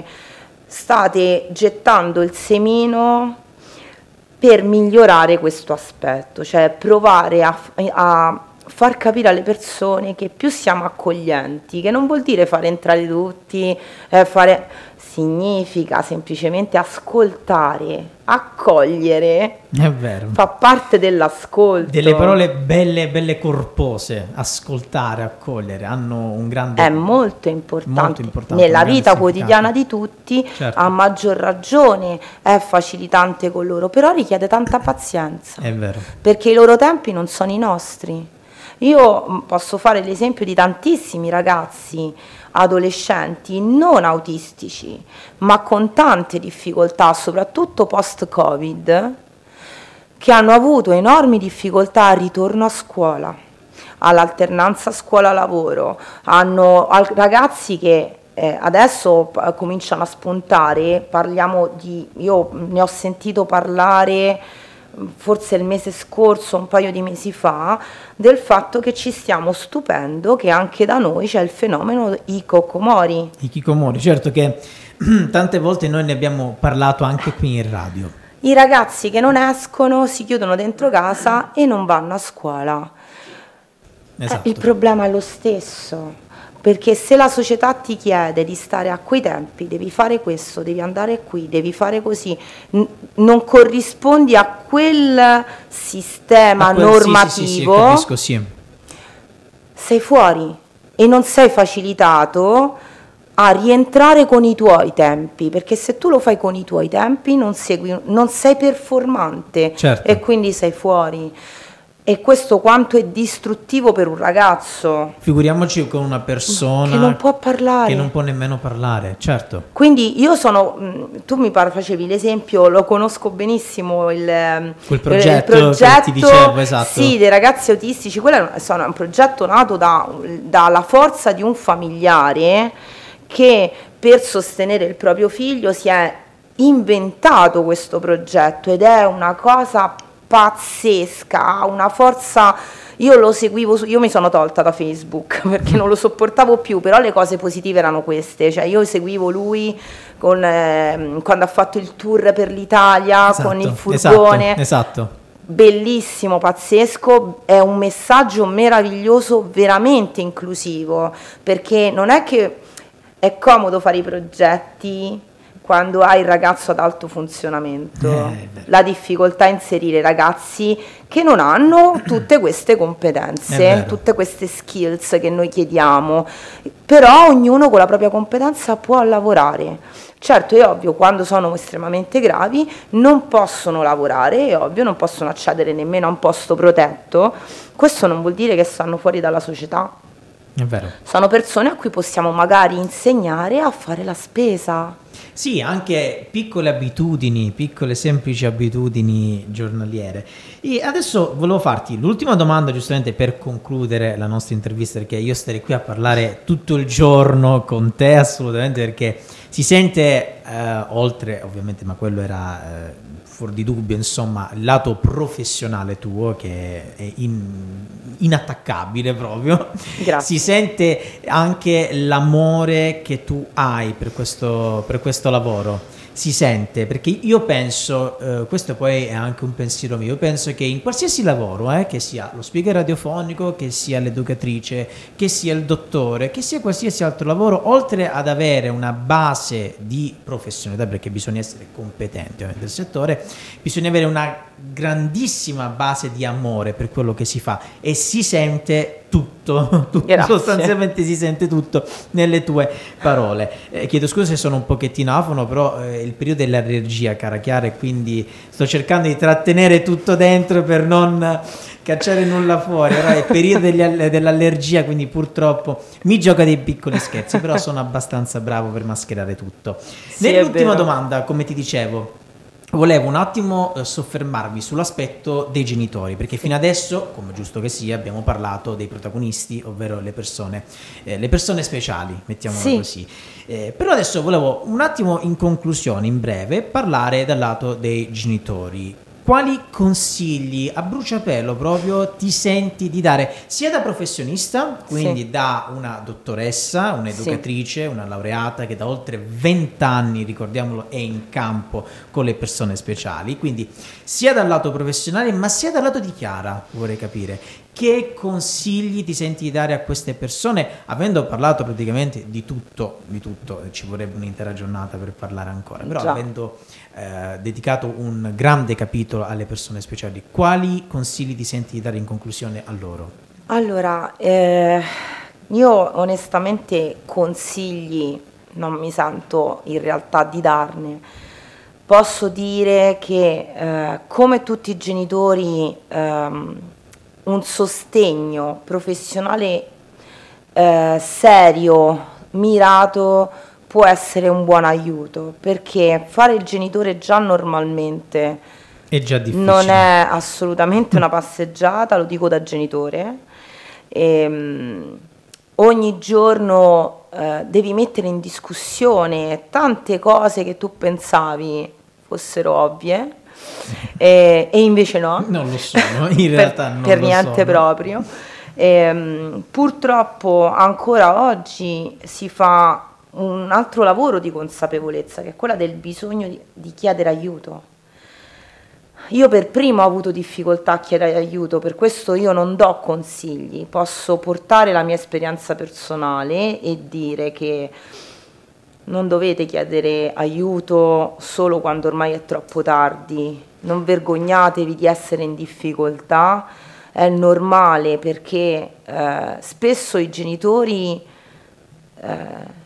state gettando il semino per migliorare questo aspetto, cioè provare a, a far capire alle persone che più siamo accoglienti, che non vuol dire fare entrare tutti, eh, fare... significa semplicemente ascoltare, accogliere, è vero, fa parte dell'ascolto. Delle parole belle, belle corpose, ascoltare, accogliere, hanno un grande... È molto importante, molto importante nella vita quotidiana di tutti, certo. A maggior ragione è facilitante con loro, però richiede tanta pazienza. È vero. Perché i loro tempi non sono i nostri. Io posso fare l'esempio di tantissimi ragazzi adolescenti non autistici, ma con tante difficoltà, soprattutto post-Covid, che hanno avuto enormi difficoltà al ritorno a scuola, all'alternanza scuola-lavoro, hanno ragazzi che eh, adesso p- cominciano a spuntare, parliamo di, io ne ho sentito parlare forse il mese scorso, un paio di mesi fa, del fatto che ci stiamo stupendo che anche da noi c'è il fenomeno hikikomori. Hikikomori, certo che tante volte noi ne abbiamo parlato anche qui in radio. I ragazzi che non escono si chiudono dentro casa e non vanno a scuola. Esatto. Eh, il problema è lo stesso. Perché se la società ti chiede di stare a quei tempi, devi fare questo, devi andare qui, devi fare così, n- non corrispondi a quel sistema a quel, normativo, sì, sì, sì, capisco, sì. Sei fuori e non sei facilitato a rientrare con i tuoi tempi, perché se tu lo fai con i tuoi tempi non, segui, non sei performante, certo. E quindi sei fuori. E questo quanto è distruttivo per un ragazzo. Figuriamoci con una persona che non può parlare. Che non può nemmeno parlare, certo. Quindi io sono, tu mi par- facevi l'esempio, lo conosco benissimo, il, Quel progetto, il progetto che ti dicevo, esatto. Sì, dei ragazzi autistici. Quello è un progetto nato da, dalla forza di un familiare che per sostenere il proprio figlio si è inventato questo progetto, ed è una cosa pazzesca, ha una forza. Io lo seguivo, io mi sono tolta da Facebook perché non lo sopportavo più, però le cose positive erano queste, cioè io seguivo lui con, eh, quando ha fatto il tour per l'Italia, esatto, con il furgone, esatto, esatto. Bellissimo, pazzesco, è un messaggio meraviglioso, veramente inclusivo, perché non è che è comodo fare i progetti quando hai il ragazzo ad alto funzionamento, eh, la difficoltà a inserire ragazzi che non hanno tutte queste competenze, tutte queste skills che noi chiediamo, però ognuno con la propria competenza può lavorare. Certo, è ovvio, quando sono estremamente gravi non possono lavorare, è ovvio, non possono accedere nemmeno a un posto protetto. Questo non vuol dire che stanno fuori dalla società. È vero. Sono persone a cui possiamo magari insegnare a fare la spesa. Sì, anche piccole abitudini, piccole semplici abitudini giornaliere. E adesso volevo farti l'ultima domanda, giustamente per concludere la nostra intervista, perché io starei qui a parlare tutto il giorno con te, assolutamente, perché si sente, eh, oltre ovviamente, ma quello era eh, fuori di dubbio, insomma, il lato professionale tuo che è in, inattaccabile proprio. Grazie. Si sente anche l'amore che tu hai per questo, per questo lavoro. Si sente, perché io penso, eh, questo poi è anche un pensiero mio, io penso che in qualsiasi lavoro, eh, che sia lo speaker radiofonico, che sia l'educatrice, che sia il dottore, che sia qualsiasi altro lavoro, oltre ad avere una base di professionalità, perché bisogna essere competenti nel settore, bisogna avere una grandissima base di amore per quello che si fa, e si sente tutto, tutto sostanzialmente si sente tutto nelle tue parole. Eh, chiedo scusa se sono un pochettino afono, però eh, il periodo dell'allergia, cara Chiara, e quindi sto cercando di trattenere tutto dentro per non cacciare nulla fuori. Ora è il periodo degli, dell'allergia, quindi purtroppo mi gioca dei piccoli scherzi, però sono abbastanza bravo per mascherare tutto. Sì, nell'ultima domanda, come ti dicevo, volevo un attimo eh, soffermarmi sull'aspetto dei genitori, perché fino adesso, come giusto che sia, abbiamo parlato dei protagonisti, ovvero le persone, eh, le persone speciali, mettiamola sì. così. Eh, però adesso volevo un attimo, in conclusione, in breve, parlare dal lato dei genitori. Quali consigli a bruciapelo proprio ti senti di dare, sia da professionista, quindi sì. da una dottoressa, un'educatrice, sì. una laureata che da oltre vent'anni, ricordiamolo, è in campo con le persone speciali, quindi sia dal lato professionale ma sia dal lato di Chiara, vorrei capire. Che consigli ti senti di dare a queste persone, avendo parlato praticamente di tutto, di tutto, ci vorrebbe un'intera giornata per parlare ancora, però Già. avendo eh, dedicato un grande capitolo alle persone speciali, quali consigli ti senti di dare in conclusione a loro? Allora, eh, io onestamente consigli non mi sento in realtà di darne. Posso dire che eh, come tutti i genitori ehm, un sostegno professionale eh, serio, mirato, può essere un buon aiuto, perché fare il genitore già normalmente è già difficile. Non è assolutamente una passeggiata, lo dico da genitore. E, um, ogni giorno eh, devi mettere in discussione tante cose che tu pensavi fossero ovvie. E, e invece no, non lo sono, in realtà per, non per lo niente sono. proprio. E, um, purtroppo ancora oggi si fa un altro lavoro di consapevolezza, che è quella del bisogno di, di chiedere aiuto. Io per primo ho avuto difficoltà a chiedere aiuto, per questo io non do consigli, posso portare la mia esperienza personale e dire che non dovete chiedere aiuto solo quando ormai è troppo tardi, non vergognatevi di essere in difficoltà, è normale, perché eh, spesso i genitori eh,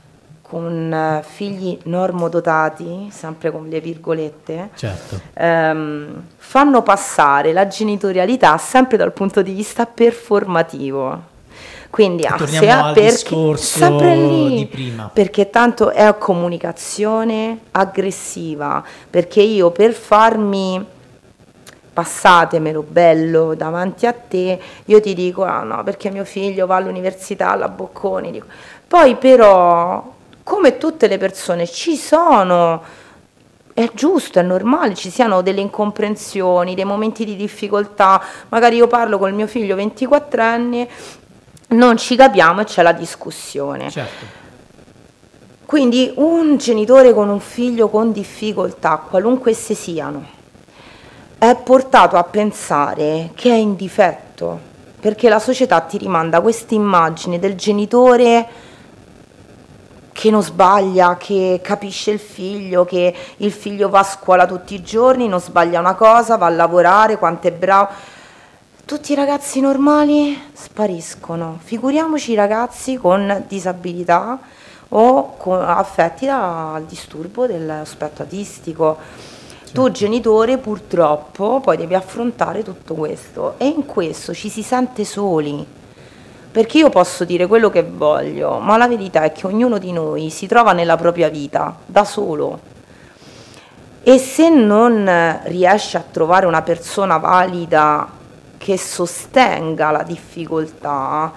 con figli normodotati, sempre con le virgolette, certo. ehm, fanno passare la genitorialità sempre dal punto di vista performativo. Quindi ah, torniamo se, al perché, discorso lì, di prima. Perché tanto è comunicazione aggressiva, perché io per farmi passatemelo bello davanti a te, io ti dico ah no perché mio figlio va all'università alla Bocconi, dico. Poi però come tutte le persone ci sono, è giusto, è normale, ci siano delle incomprensioni, dei momenti di difficoltà, magari io parlo col mio figlio ventiquattrenne, non ci capiamo e c'è la discussione. Certo. Quindi un genitore con un figlio con difficoltà, qualunque esse siano, è portato a pensare che è in difetto, perché la società ti rimanda questa immagine del genitore che non sbaglia, che capisce il figlio, che il figlio va a scuola tutti i giorni, non sbaglia una cosa, va a lavorare, quanto è bravo. Tutti i ragazzi normali spariscono, figuriamoci i ragazzi con disabilità o con affetti dal disturbo dello spettro autistico. Certo. Tu genitore purtroppo poi devi affrontare tutto questo e in questo ci si sente soli, perché io posso dire quello che voglio, ma la verità è che ognuno di noi si trova nella propria vita da solo e se non riesce a trovare una persona valida che sostenga la difficoltà,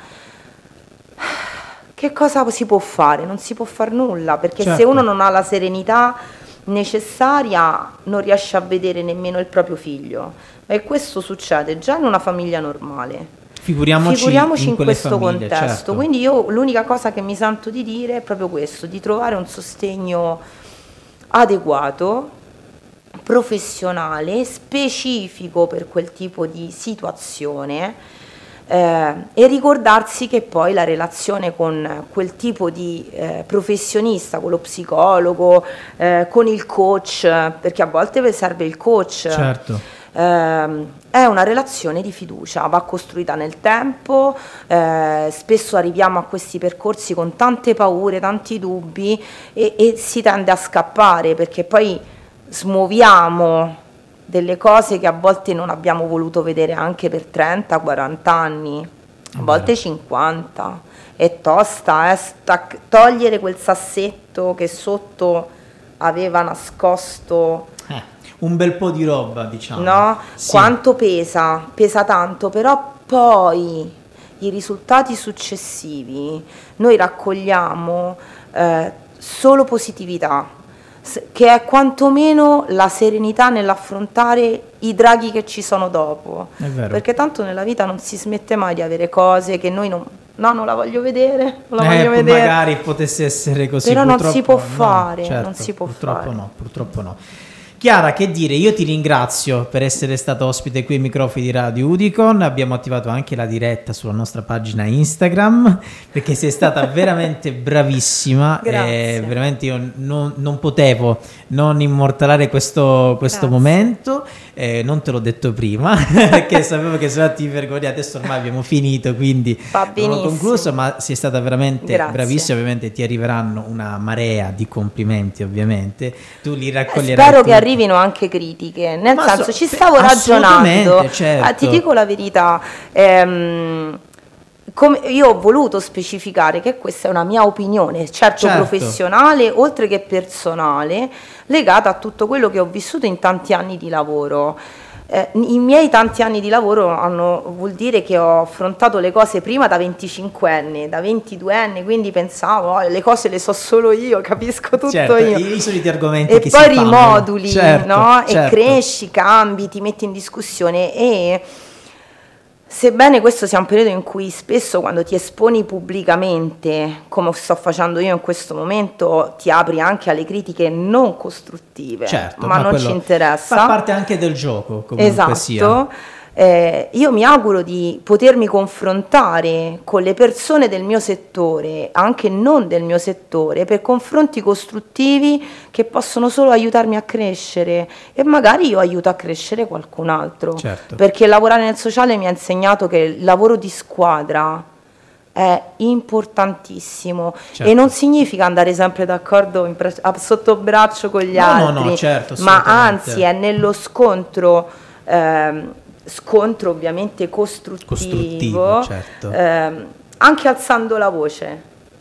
che cosa si può fare? Non si può fare nulla, perché certo. Se uno non ha la serenità necessaria non riesce a vedere nemmeno il proprio figlio e questo succede già in una famiglia normale. Figuriamoci, Figuriamoci in, in questo famiglie, contesto. Certo. Quindi io l'unica cosa che mi sento di dire è proprio questo, di trovare un sostegno adeguato, professionale, specifico per quel tipo di situazione eh, e ricordarsi che poi la relazione con quel tipo di eh, professionista, con lo psicologo, eh, con il coach, perché a volte serve il coach, certo. eh, è una relazione di fiducia, va costruita nel tempo, eh, spesso arriviamo a questi percorsi con tante paure, tanti dubbi e, e si tende a scappare perché poi smuoviamo delle cose che a volte non abbiamo voluto vedere anche per trenta quaranta anni, a volte cinquanta. È tosta, eh, stac- togliere quel sassetto che sotto aveva nascosto eh, un bel po' di roba, diciamo. No? Sì. Quanto pesa? Pesa tanto, però poi i risultati successivi noi raccogliamo eh, solo positività, che è quantomeno la serenità nell'affrontare i draghi che ci sono dopo, perché tanto nella vita non si smette mai di avere cose che noi non, no, non la voglio vedere, non la eh, voglio vedere. Magari potesse essere così, però non si può no, fare, certo, non si può purtroppo fare. no, purtroppo no. Chiara, che dire, io ti ringrazio per essere stata ospite qui ai microfoni di Radio Udicon, abbiamo attivato anche la diretta sulla nostra pagina Instagram, perché sei stata veramente bravissima. Grazie. E veramente io non, non potevo non immortalare questo, questo momento, eh, non te l'ho detto prima, perché sapevo che se no ti vergogni, adesso ormai abbiamo finito, quindi abbiamo concluso, ma sei stata veramente Grazie. bravissima, ovviamente ti arriveranno una marea di complimenti, ovviamente, tu li raccoglierai. Spero tutti. Che arrivino anche critiche, nel Ma senso so, ci stavo ragionando, certo. ah, ti dico la verità, ehm, come io ho voluto specificare che questa è una mia opinione, certo, certo professionale oltre che personale, legata a tutto quello che ho vissuto in tanti anni di lavoro. Eh, I miei tanti anni di lavoro hanno, vuol dire che ho affrontato le cose prima da venticinquenne, da ventiduenne, quindi pensavo oh, le cose le so solo io, capisco tutto certo, io. I soliti argomenti e che poi si rimoduli, certo, no? certo. E cresci, cambi, ti metti in discussione e sebbene questo sia un periodo in cui spesso quando ti esponi pubblicamente, come sto facendo io in questo momento, ti apri anche alle critiche non costruttive, certo, ma, ma non ci interessa. Fa parte anche del gioco, comunque esatto. sia. Eh, io mi auguro di potermi confrontare con le persone del mio settore, anche non del mio settore, per confronti costruttivi che possono solo aiutarmi a crescere e magari io aiuto a crescere qualcun altro, certo. Perché lavorare nel sociale mi ha insegnato che il lavoro di squadra è importantissimo, certo. E non significa andare sempre d'accordo in pre- a sotto braccio con gli no, altri, no, no, certo, ma anzi è nello scontro, ehm, scontro ovviamente costruttivo, costruttivo certo. ehm, anche alzando la voce,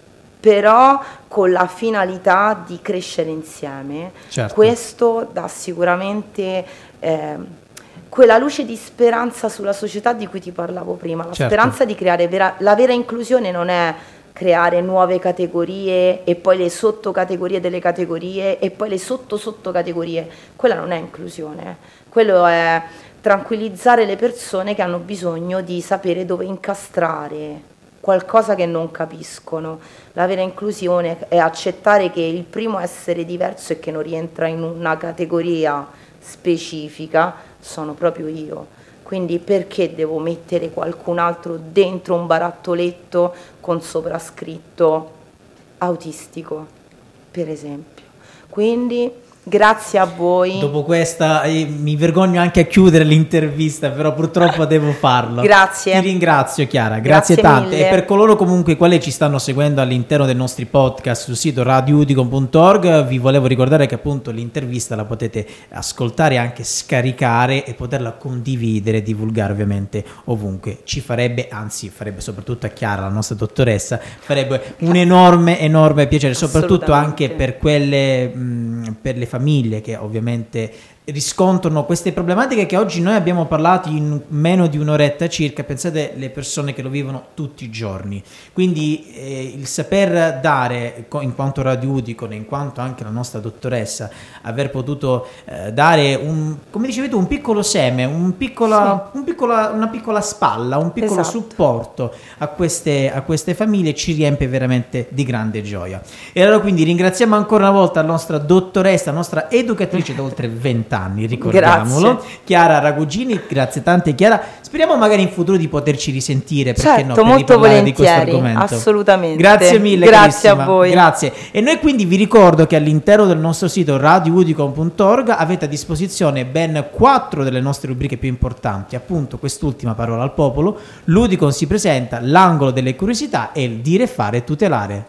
però con la finalità di crescere insieme. Certo. Questo dà sicuramente ehm, quella luce di speranza sulla società di cui ti parlavo prima, la certo. speranza di creare vera, la vera inclusione non è creare nuove categorie e poi le sottocategorie delle categorie e poi le sotto sottocategorie, quella non è inclusione, quello è tranquillizzare le persone che hanno bisogno di sapere dove incastrare qualcosa che non capiscono. La vera inclusione è accettare che il primo essere diverso e che non rientra in una categoria specifica sono proprio io. Quindi perché devo mettere qualcun altro dentro un barattolletto con soprascritto autistico, per esempio? Quindi grazie a voi. Dopo questa eh, mi vergogno anche a chiudere l'intervista, però purtroppo devo farlo. Grazie. Ti ringrazio Chiara, grazie, grazie tante. Mille. E per coloro comunque i quali ci stanno seguendo all'interno dei nostri podcast sul sito radio udicon punto org, vi volevo ricordare che appunto l'intervista la potete ascoltare e anche scaricare e poterla condividere e divulgare ovviamente ovunque. Ci farebbe, anzi farebbe soprattutto a Chiara, la nostra dottoressa, farebbe un enorme enorme piacere, soprattutto anche per quelle mh, per le famiglie che ovviamente riscontrano queste problematiche che oggi noi abbiamo parlato in meno di un'oretta circa. Pensate le persone che lo vivono tutti i giorni, quindi eh, il saper dare in quanto Radio Udicon e in quanto anche la nostra dottoressa aver potuto eh, dare un, come dicevi tu, un piccolo seme, un piccola, sì. un piccola, una piccola spalla, un piccolo esatto. supporto a queste, a queste famiglie ci riempie veramente di grande gioia. E allora quindi ringraziamo ancora una volta la nostra dottoressa, la nostra educatrice da oltre venti anni, ricordiamolo, grazie. Chiara Ragugini, grazie tante Chiara, speriamo magari in futuro di poterci risentire, perché certo, no, per molto riparlare di questo argomento. Assolutamente. Grazie mille, grazie carissima. a voi. Grazie. E noi quindi vi ricordo che all'interno del nostro sito radio udicon punto org avete a disposizione ben quattro delle nostre rubriche più importanti, appunto quest'ultima, Parola al Popolo, l'Udicon si presenta, l'angolo delle curiosità e il dire, fare e tutelare.